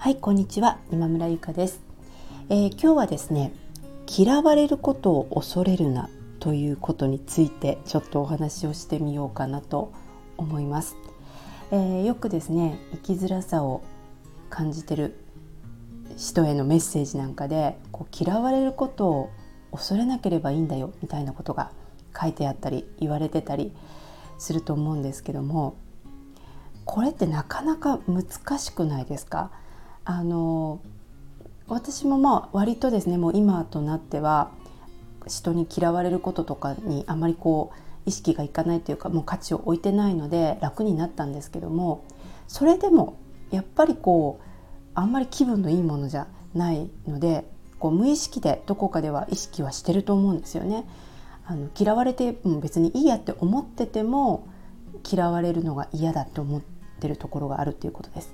はい、こんにちは、今村ゆかです。今日はですね、嫌われることを恐れるなということについてちょっとお話をしてみようかなと思います。よくですね、生きづらさを感じてる人へのメッセージなんかで、嫌われることを恐れなければいいんだよみたいなことが書いてあったり言われてたりすると思うんですけども、これってなかなか難しくないですか？私も割とですね、もう今となっては人に嫌われることとかにあまり意識がいかないというか、もう価値を置いてないので楽になったんですけども、それでもやっぱりあんまり気分のいいものじゃないので、無意識でどこかでは意識はしてると思うんですよね。嫌われても別にいいやって思ってても、嫌われるのが嫌だと思ってるところがあるということです。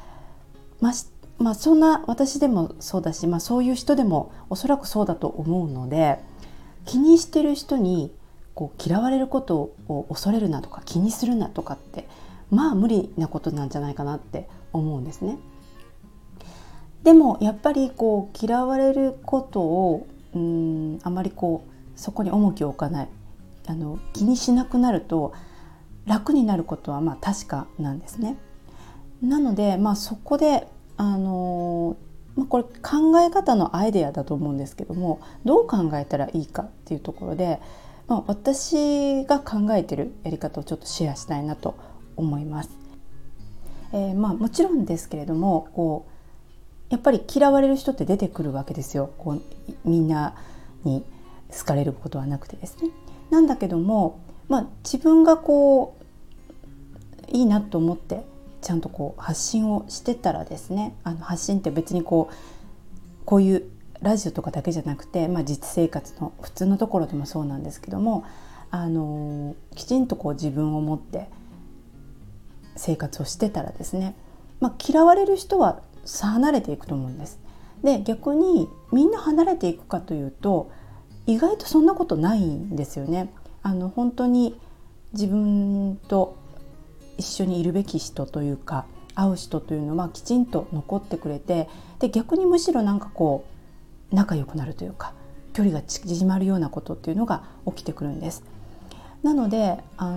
そんな私でもそうだし、そういう人でもおそらくそうだと思うので、気にしてる人に嫌われることを恐れるなとか気にするなとかって無理なことなんじゃないかなって思うんですね。でもやっぱり嫌われることをあまりそこに重きを置かない、気にしなくなると楽になることは確かなんですね。なのでそこでこれ考え方のアイデアだと思うんですけども、どう考えたらいいかっていうところで、私が考えているやり方をちょっとシェアしたいなと思います。もちろんですけれども、やっぱり嫌われる人って出てくるわけですよ。みんなに好かれることはなくてですね。なんだけども、自分がいいなと思ってちゃんと発信をしてたらですね、発信って別にこういうラジオとかだけじゃなくて、実生活の普通のところでもそうなんですけども、きちんと自分を持って生活をしてたらですね、嫌われる人は離れていくと思うんです。で、逆にみんな離れていくかというと、意外とそんなことないんですよね。本当に自分と一緒にいるべき人というか、会う人というのはきちんと残ってくれて、で逆にむしろ仲良くなるというか、距離が縮まるようなことっていうのが起きてくるんです。なのであ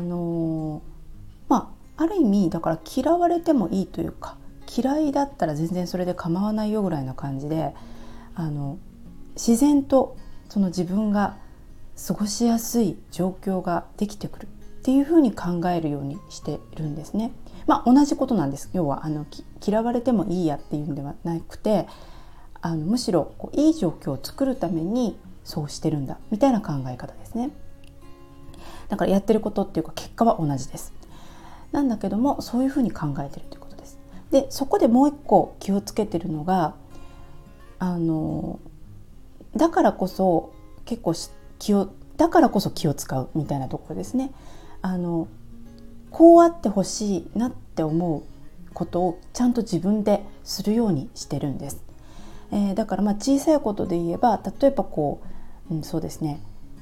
る意味だから嫌われてもいいというか、嫌いだったら全然それで構わないよぐらいな感じで、自然とその自分が過ごしやすい状況ができてくるっていうふうに考えるようにしているんですね。同じことなんです。要は嫌われてもいいやっていうんではなくて、むしろいい状況を作るためにそうしてるんだみたいな考え方ですね。だからやってることっていうか結果は同じです。なんだけども、そういうふうに考えてるということです。でそこでもう一個気をつけてるのが、だからこそ気を使うみたいなところですね。こうあってほしいなって思うことをちゃんと自分でするようにしてるんです。だから小さいことで言えば、例えばそうですね、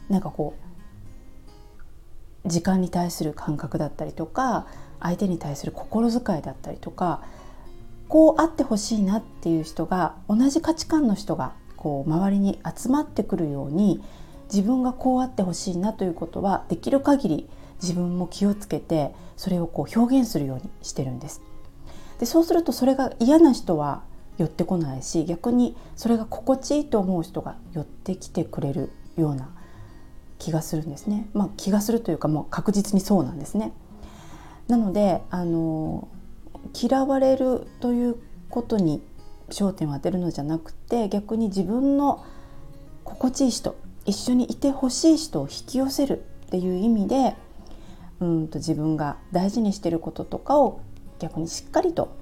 時間に対する感覚だったりとか、相手に対する心遣いだったりとか、こうあってほしいなっていう人が、同じ価値観の人が周りに集まってくるように、自分がこうあってほしいなということはできる限り自分も気をつけて、それを表現するようにしてるんです。でそうすると、それが嫌な人は寄ってこないし、逆にそれが心地いいと思う人が寄ってきてくれるような気がするんですね。気がするというか、もう確実にそうなんですね。なので嫌われるということに焦点を当てるのじゃなくて、逆に自分の心地いい人、一緒にいてほしい人を引き寄せるっていう意味で、自分が大事にしていることとかを逆にしっかりと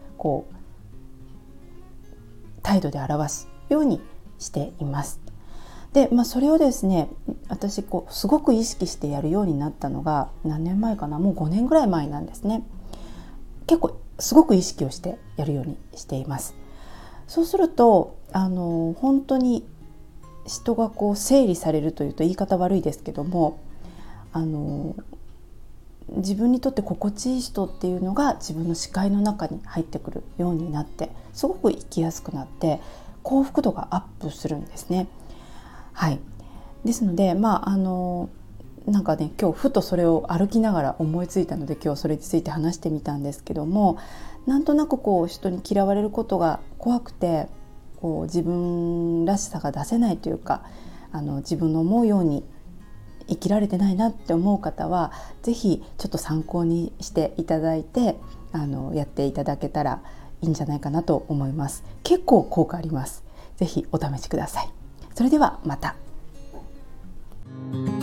態度で表すようにしています。で、それをですね、私すごく意識してやるようになったのが何年前かな、もう5年ぐらい前なんですね。結構すごく意識をしてやるようにしています。そうすると本当に人が整理されるというと言い方悪いですけども、 自分にとって心地いい人っていうのが自分の視界の中に入ってくるようになって、すごく生きやすくなって幸福度がアップするんですね。はい、ですのでなんかね、今日ふとそれを歩きながら思いついたので、今日それについて話してみたんですけども、なんとなく人に嫌われることが怖くて、自分らしさが出せないというか、自分の思うように生きられてないなって思う方は、ぜひちょっと参考にしていただいてやっていただけたらいいんじゃないかなと思います。結構効果あります。ぜひお試しください。それではまた。